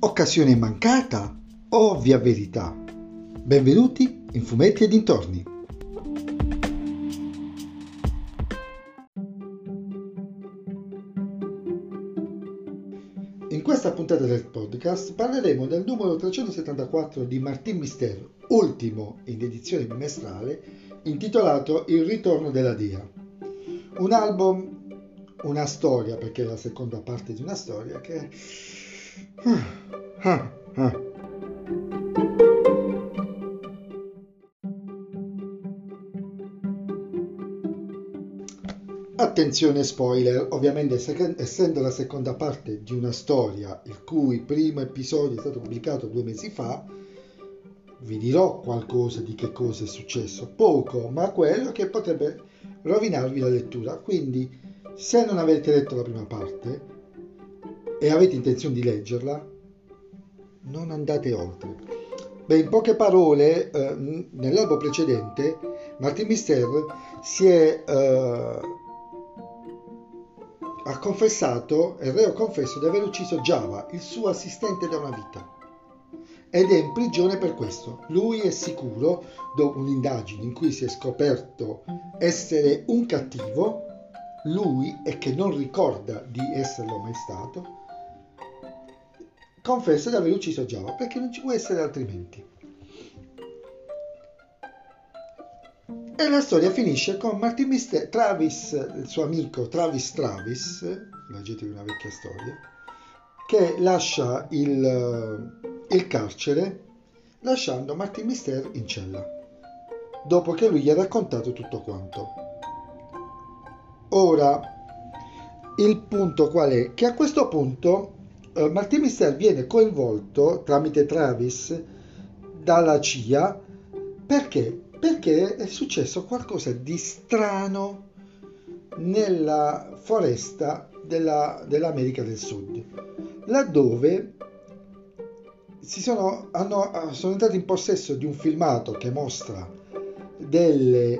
Occasione mancata? Ovvia verità. Benvenuti in Fumetti e dintorni. In questa puntata del podcast parleremo del numero 374 di Martin Mister, ultimo in edizione bimestrale, intitolato Il ritorno della Dea. Un album, una storia, perché è la seconda parte di una storia che... Attenzione spoiler, ovviamente essendo la seconda parte di una storia il cui primo episodio è stato pubblicato 2 mesi fa, vi dirò qualcosa di che cosa è successo, poco, ma quello che potrebbe rovinarvi la lettura. Quindi se non avete letto la prima parte e avete intenzione di leggerla, non andate oltre. Beh, in poche parole, nell'albo precedente Martin Mister ha confessato, il reo confesso di aver ucciso Java, il suo assistente da una vita, ed è in prigione per questo. Lui è sicuro, dopo un'indagine in cui si è scoperto essere un cattivo, lui, e che non ricorda di esserlo mai stato, confessa di aver ucciso Java perché non ci può essere altrimenti. E la storia finisce con Martin Mister, Travis, il suo amico Travis, leggete una vecchia storia, che lascia il carcere lasciando Martin Mister in cella, dopo che lui gli ha raccontato tutto quanto. Ora, il punto qual è? Che a questo punto Martin Mister viene coinvolto tramite Travis dalla CIA. Perché? Perché è successo qualcosa di strano nella foresta dell'America del Sud, laddove sono entrati in possesso di un filmato che mostra degli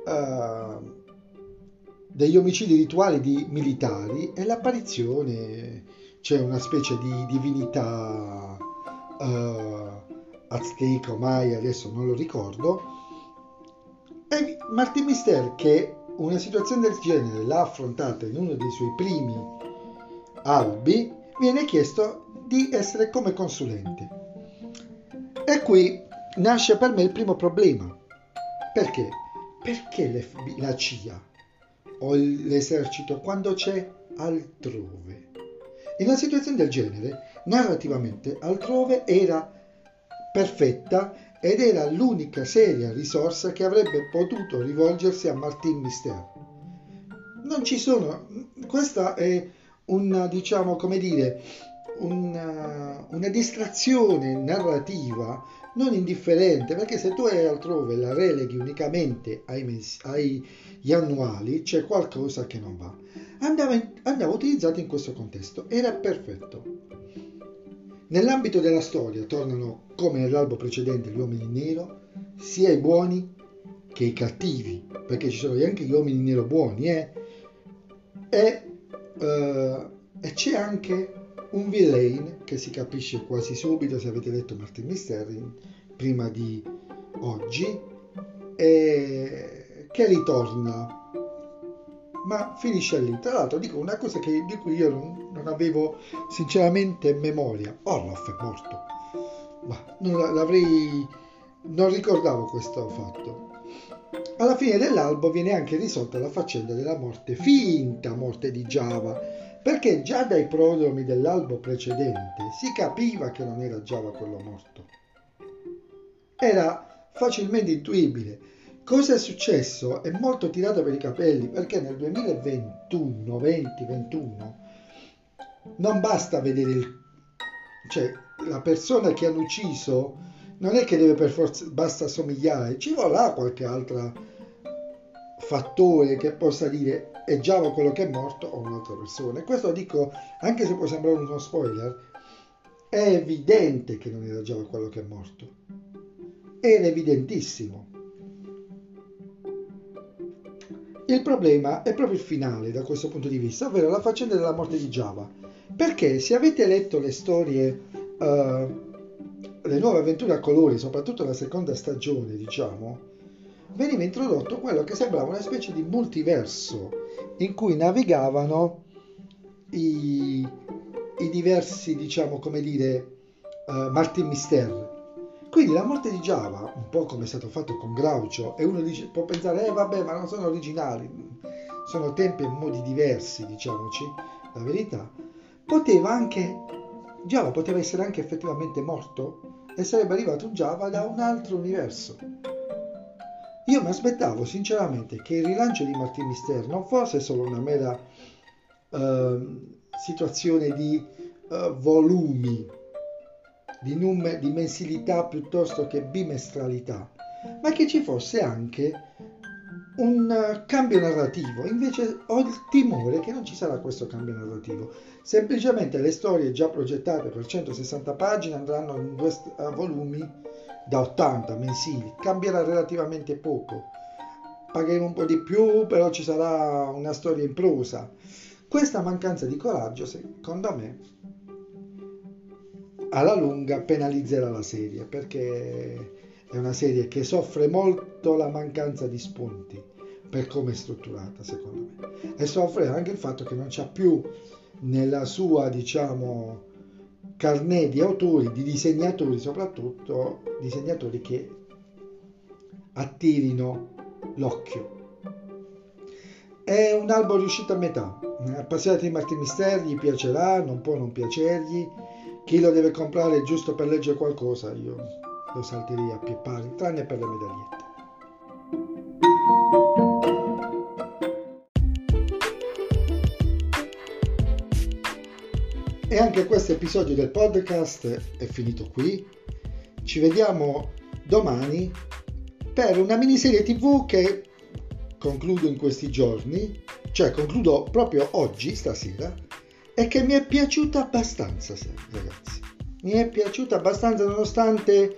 omicidi rituali di militari e l'apparizione, c'è una specie di divinità azteca o maya, adesso non lo ricordo, e Martin Mister, che una situazione del genere l'ha affrontata in uno dei suoi primi albi, viene chiesto di essere come consulente. E qui nasce per me il primo problema. Perché? Perché la CIA o l'esercito quando c'è altrove? In una situazione del genere, narrativamente, altrove era perfetta ed era l'unica seria risorsa che avrebbe potuto rivolgersi a Martin Mister. Non ci sono, questa è una distrazione narrativa non indifferente, perché se tu hai altrove la releghi unicamente agli annuali, c'è qualcosa che non va. Andava utilizzato in questo contesto, era perfetto. Nell'ambito della storia tornano, come nell'albo precedente, gli uomini in nero, sia i buoni che i cattivi, perché ci sono anche gli uomini in nero buoni, e c'è anche un villain che si capisce quasi subito se avete letto Martin Mister prima di oggi, che ritorna, ma finisce lì. Tra l'altro dico una cosa di cui io non avevo sinceramente memoria: Orloff è morto, ma non ricordavo questo fatto. Alla fine dell'albo viene anche risolta la faccenda della finta morte di Java, perché già dai prodromi dell'albo precedente si capiva che non era Java quello morto. Era facilmente intuibile. Cosa è successo? È molto tirato per i capelli, perché nel 2021 non basta vedere la persona che hanno ucciso, non è che deve per forza, basta somigliare, ci vorrà qualche altro fattore che possa dire è Java quello che è morto o un'altra persona. E questo lo dico anche se può sembrare uno spoiler, è evidente che non era Java quello che è morto, era evidentissimo. Il problema è proprio il finale da questo punto di vista, ovvero la faccenda della morte di Java, perché se avete letto le storie le nuove avventure a colori, soprattutto la seconda stagione, diciamo, veniva introdotto quello che sembrava una specie di multiverso in cui navigavano i diversi, diciamo, come dire, Martin Mister. Quindi la morte di Java, un po' come è stato fatto con Groucho, e uno può pensare, vabbè, ma non sono originali, sono tempi e modi diversi, diciamoci la verità. Java poteva essere anche effettivamente morto e sarebbe arrivato un Java da un altro universo. Io mi aspettavo sinceramente che il rilancio di Martin Mister non fosse solo una mera situazione di volumi, di mensilità piuttosto che bimestralità, ma che ci fosse anche un cambio narrativo. Invece ho il timore che non ci sarà questo cambio narrativo. Semplicemente le storie già progettate per 160 pagine andranno in 2 volumi da 80 mensili. Cambierà relativamente poco. Pagheremo un po' di più, però ci sarà una storia in prosa. Questa mancanza di coraggio, secondo me, alla lunga penalizzerà la serie, perché è una serie che soffre molto la mancanza di spunti per come è strutturata, secondo me, e soffre anche il fatto che non c'ha più nella sua, diciamo, carnet di autori, di disegnatori, soprattutto disegnatori che attirino l'occhio. È un albo riuscito a metà. Appassionati di Martin Mister gli piacerà, non può non piacergli. Chi lo deve comprare giusto per leggere qualcosa, io lo salterei a pie pari, tranne per le medagliette. E anche questo episodio del podcast è finito qui. Ci vediamo domani per una miniserie TV che concludo in questi giorni, cioè concludo proprio oggi, stasera, e che mi è piaciuta abbastanza, ragazzi. Mi è piaciuta abbastanza nonostante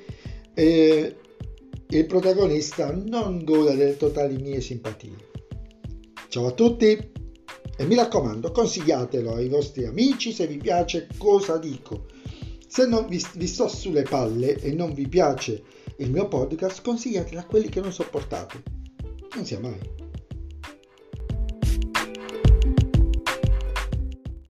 il protagonista non goda delle totali mie simpatie. Ciao a tutti e mi raccomando, consigliatelo ai vostri amici se vi piace cosa dico. Se non vi sto sulle palle e non vi piace il mio podcast, consigliatelo a quelli che non sopportate. Non sia mai.